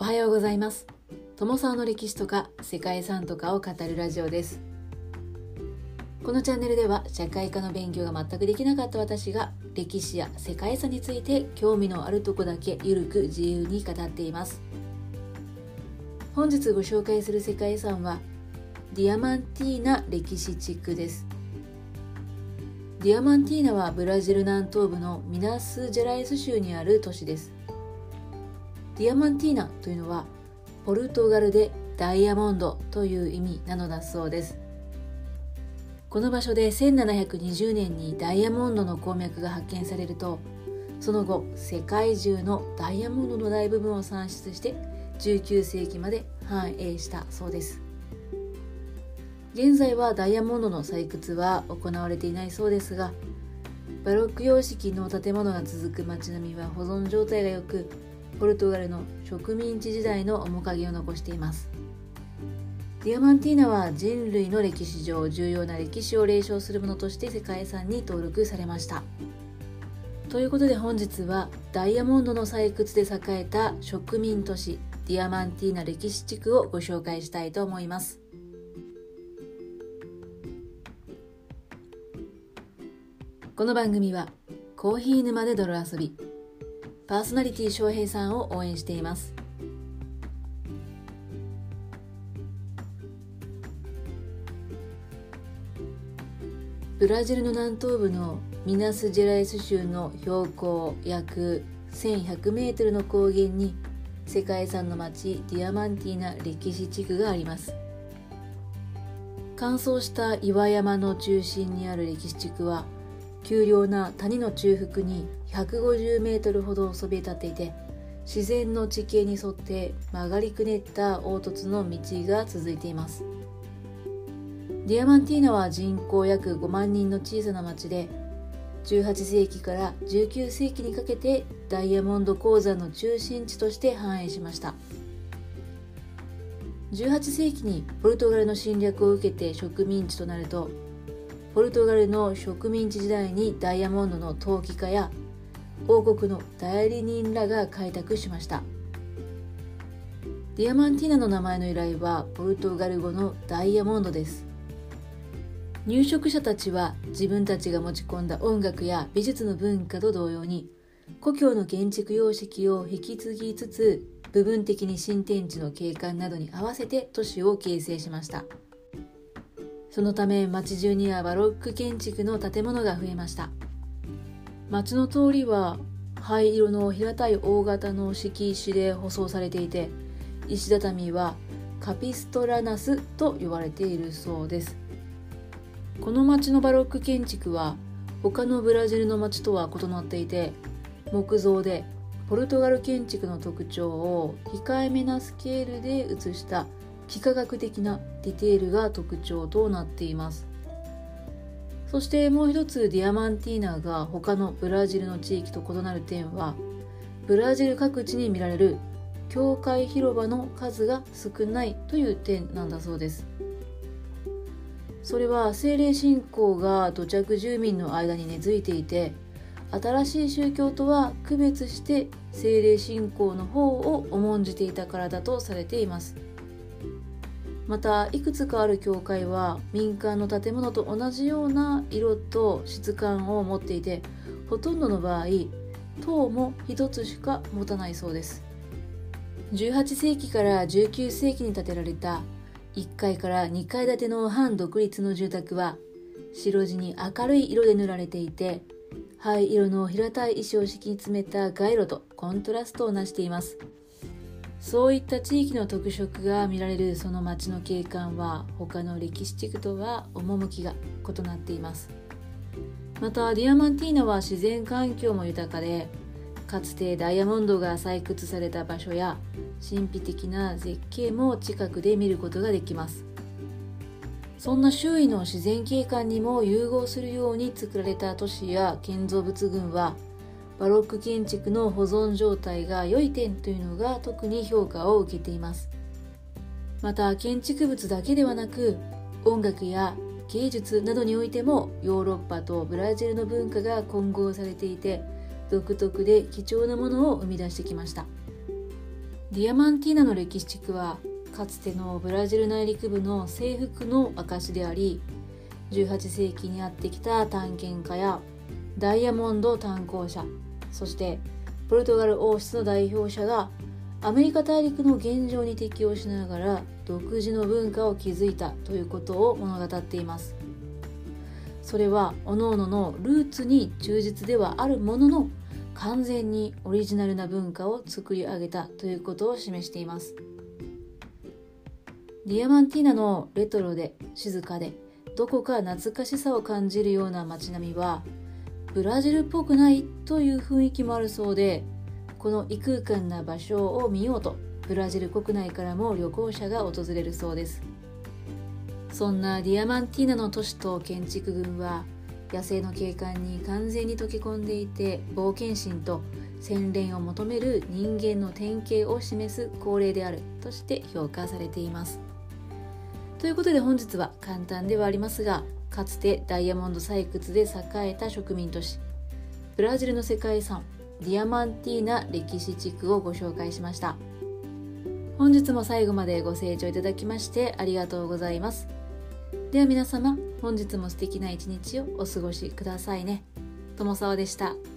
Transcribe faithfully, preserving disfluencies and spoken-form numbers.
はようございます。友沢の歴史とか世界遺産とかを語るラジオです。このチャンネルでは社会科の勉強が全くできなかった私が歴史や世界遺産について興味のあるとこだけゆるく自由に語っています。本日ご紹介する世界遺産はディアマンティーナ歴史地区です。ディアマンティーナはブラジル南東部のミナスジェライス州にある都市です。ディアマンティーナというのはポルトガルでダイヤモンドという意味なのだそうです。この場所でせんななひゃくにじゅうねんにダイヤモンドの鉱脈が発見されると、その後世界中のダイヤモンドの大部分を産出してじゅうきゅうせいきまで繁栄したそうです。現在はダイヤモンドの採掘は行われていないそうですが、バロック様式の建物が続く街並みは保存状態が良く、ポルトガルの植民地時代の面影を残しています。ディアマンティーナは人類の歴史上重要な歴史を霊唱するものとして世界遺産に登録されました。ということで本日はダイヤモンドの採掘で栄えた植民都市ディアマンティーナ歴史地区をご紹介したいと思います。この番組はコーヒー沼で泥遊び、パーソナリティ翔平さんを応援しています。ブラジルの南東部のミナスジェライス州の標高約せんひゃくメートルの高原に世界遺産の町ディアマンティーナ歴史地区があります。乾燥した岩山の中心にある歴史地区は丘陵な谷の中腹にひゃくごじゅうメートルほどそびえ立っていて、自然の地形に沿って曲がりくねった凹凸の道が続いています。ディアマンティーナは人口約ごまんにんの小さな町で、じゅうはっせいきからじゅうきゅうせいきにかけてダイヤモンド鉱山の中心地として繁栄しました。じゅうはっせいきにポルトガルの侵略を受けて植民地となると、ポルトガルの植民地時代にダイヤモンドの投機家や王国の代理人らが開拓しました。ディアマンティーナの名前の由来はポルトガル語のダイヤモンドです。入植者たちは自分たちが持ち込んだ音楽や美術の文化と同様に故郷の建築様式を引き継ぎつつ、部分的に新天地の景観などに合わせて都市を形成しました。そのため町中にはバロック建築の建物が増えました。町の通りは灰色の平たい大型の敷石で舗装されていて、石畳はカピストラナスと呼ばれているそうです。この町のバロック建築は他のブラジルの町とは異なっていて、木造でポルトガル建築の特徴を控えめなスケールで写した幾何学的なディテールが特徴となっています。そしてもう一つディアマンティーナが他のブラジルの地域と異なる点は、ブラジル各地に見られる教会広場の数が少ないという点なんだそうです。それは聖霊信仰が土着住民の間に根付いていて、新しい宗教とは区別して聖霊信仰の方を重んじていたからだとされています。またいくつかある教会は民間の建物と同じような色と質感を持っていて、ほとんどの場合塔も一つしか持たないそうです。じゅうはっせいきからじゅうきゅうせいきに建てられたいっかいからにかい建ての半独立の住宅は白地に明るい色で塗られていて、灰色の平たい石を敷き詰めた街路とコントラストをなしています。そういった地域の特色が見られるその町の景観は他の歴史地区とは趣が異なっています。またディアマンティーナは自然環境も豊かで、かつてダイヤモンドが採掘された場所や神秘的な絶景も近くで見ることができます。そんな周囲の自然景観にも融合するように作られた都市や建造物群はバロック建築の保存状態が良い点というのが特に評価を受けています。また建築物だけではなく音楽や芸術などにおいてもヨーロッパとブラジルの文化が混合されていて、独特で貴重なものを生み出してきました。 ディアマンティーナの歴史地区はかつてのブラジル内陸部の征服の証であり、じゅうはっ世紀にやってきた探検家やダイヤモンド炭鉱者、そしてポルトガル王室の代表者がアメリカ大陸の現状に適応しながら独自の文化を築いたということを物語っています。それは各々のルーツに忠実ではあるものの、完全にオリジナルな文化を作り上げたということを示しています。ディアマンティーナのレトロで静かでどこか懐かしさを感じるような街並みはブラジルっぽくないという雰囲気もあるそうで、この異空間な場所を見ようとブラジル国内からも旅行者が訪れるそうです。そんなディアマンティーナの都市と建築群は野生の景観に完全に溶け込んでいて、冒険心と洗練を求める人間の典型を示す恒例であるとして評価されています。ということで本日は簡単ではありますが、かつてダイヤモンド採掘で栄えた植民都市、ブラジルの世界遺産ディアマンティーナ歴史地区をご紹介しました。本日も最後までご清聴いただきましてありがとうございます。では皆様、本日も素敵な一日をお過ごしくださいね。友沢でした。